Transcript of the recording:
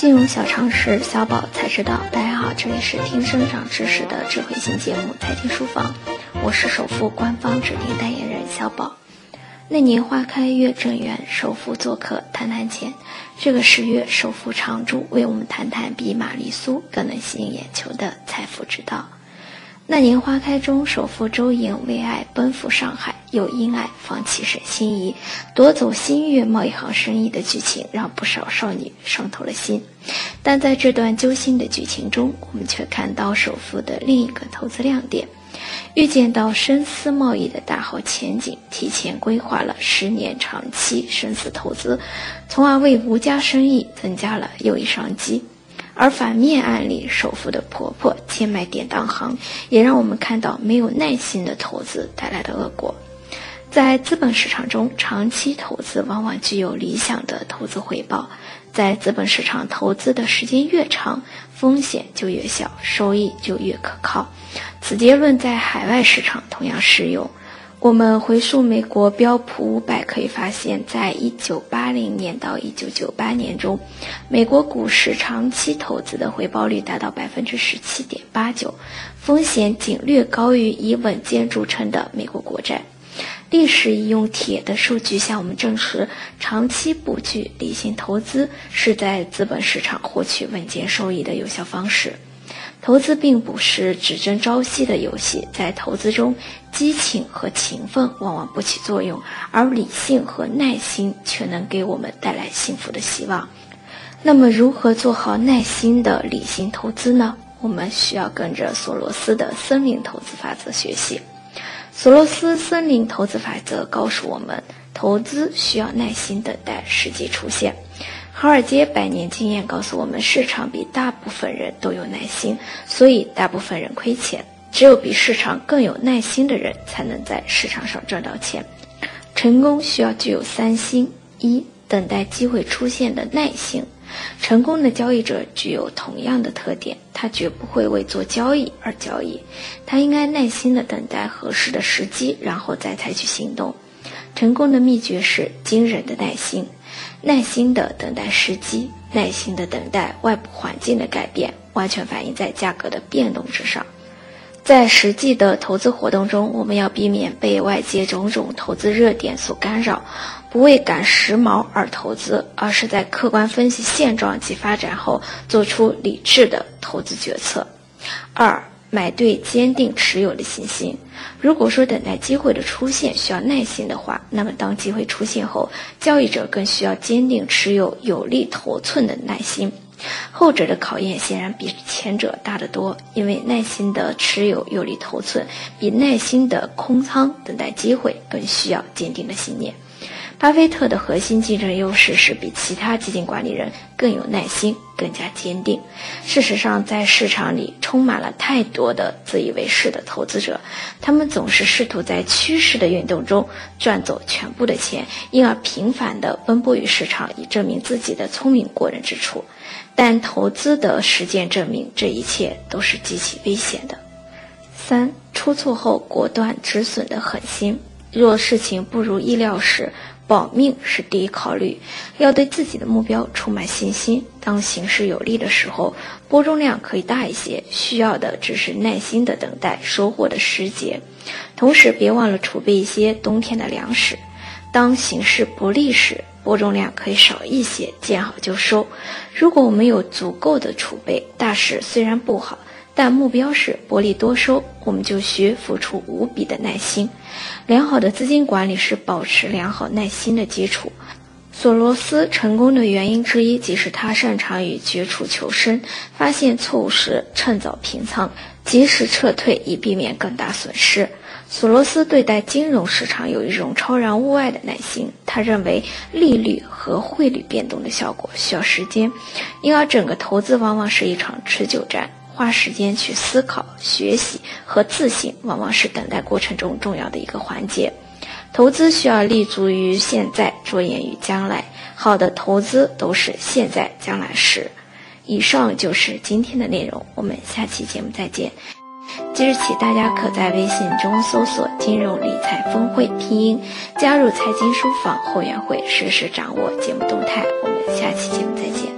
金融小常识，小宝才知道。大家好，这里是听生长知识的智慧型节目《财经书房》，我是首富官方指定代言人小宝。那年花开月正圆，首富做客谈谈钱。这个10月，首富常驻为我们谈谈比玛丽苏更能吸引眼球的财富之道。那年花开中，首富周莹为爱奔赴上海，又因爱放弃沈心怡，夺走新月贸易行生意的剧情，让不少少女伤透了心。但在这段揪心的剧情中，我们却看到首富的另一个投资亮点，预见到深丝贸易的大好前景，提前规划了10年长期深丝投资，从而为吴家生意增加了又一商机。而反面案例，首富的婆婆贱卖典当行，也让我们看到没有耐心的投资带来的恶果。在资本市场中，长期投资往往具有理想的投资回报。在资本市场投资的时间越长，风险就越小，收益就越可靠。此结论在海外市场同样适用。我们回溯美国标普500，可以发现，在1980年到1998年中，美国股市长期投资的回报率达到 17.89%， 风险仅略高于以稳健著称的美国国债。历史已用铁的数据向我们证实，长期布局、理性投资是在资本市场获取稳健收益的有效方式。投资并不是只争朝夕的游戏，在投资中，激情和勤奋往往不起作用，而理性和耐心却能给我们带来幸福的希望。那么如何做好耐心的理性投资呢？我们需要跟着索罗斯的森林投资法则学习。索罗斯森林投资法则告诉我们，投资需要耐心等待时机出现。华尔街100年经验告诉我们，市场比大部分人都有耐心，所以大部分人亏钱。只有比市场更有耐心的人才能在市场上赚到钱。成功需要具有3心：一、等待机会出现的耐心。成功的交易者具有同样的特点，他绝不会为做交易而交易，他应该耐心地等待合适的时机，然后再采取行动。成功的秘诀是惊人的耐心，耐心地等待时机，耐心地等待外部环境的改变，完全反映在价格的变动之上。在实际的投资活动中，我们要避免被外界种种投资热点所干扰，不为赶时髦而投资，而是在客观分析现状及发展后做出理智的投资决策。2、买对坚定持有的信心。如果说等待机会的出现需要耐心的话，那么当机会出现后，交易者更需要坚定持有有力头寸的耐心。后者的考验显然比前者大得多，因为耐心的持有有力头寸比耐心的空仓等待机会更需要坚定的信念。巴菲特的核心竞争优势是比其他基金管理人更有耐心，更加坚定。事实上，在市场里充满了太多的自以为是的投资者，他们总是试图在趋势的运动中赚走全部的钱，因而频繁地奔波于市场，以证明自己的聪明过人之处。但投资的实践证明，这一切都是极其危险的。3、出错后果断止损的狠心。若事情不如意料时，保命是第一考虑，要对自己的目标充满信心。当形势有利的时候，波动量可以大一些，需要的只是耐心的等待收获的时节。同时别忘了储备一些冬天的粮食。当形势不利时，波动量可以少一些，见好就收。如果我们有足够的储备，大势虽然不好，但目标是薄利多收，我们就需付出无比的耐心。良好的资金管理是保持良好耐心的基础。索罗斯成功的原因之一，即是他擅长于绝处求生，发现错误时趁早平仓，及时撤退，以避免更大损失。索罗斯对待金融市场有一种超然物外的耐心，他认为利率和汇率变动的效果需要时间，因而整个投资往往是一场持久战。花时间去思考、学习和自省，往往是等待过程中重要的一个环节。投资需要立足于现在，着眼于将来。好的投资都是现在将来时。以上就是今天的内容，我们下期节目再见。即日起，大家可在微信中搜索“金融理财峰会”拼音，加入财经书房会员会，实时掌握节目动态。我们下期节目再见。